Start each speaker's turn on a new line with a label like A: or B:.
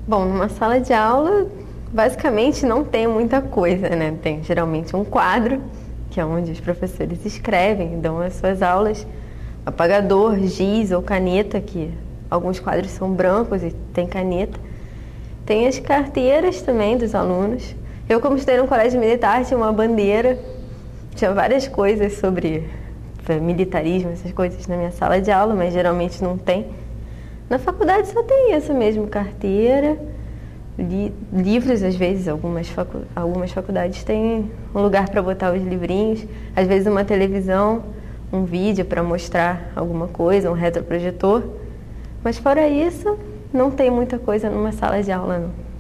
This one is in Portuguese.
A: Bom, numa sala de aula, basicamente não tem muita coisa, né? Tem geralmente um quadro, que é onde os professores escrevem, dão as suas aulas, apagador, giz ou caneta, que alguns quadros são brancos e tem caneta. Tem as carteiras também dos alunos. Eu, como estudei no colégio militar, tinha uma bandeira, tinha várias coisas sobre militarismo, essas coisas na minha sala de aula, mas geralmente não tem. Na faculdade só tem isso mesmo, carteira, livros, às vezes, algumas faculdades têm um lugar para botar os livrinhos, às vezes uma televisão, um vídeo para mostrar alguma coisa, um retroprojetor. Mas fora isso, não tem muita coisa numa sala de aula, não.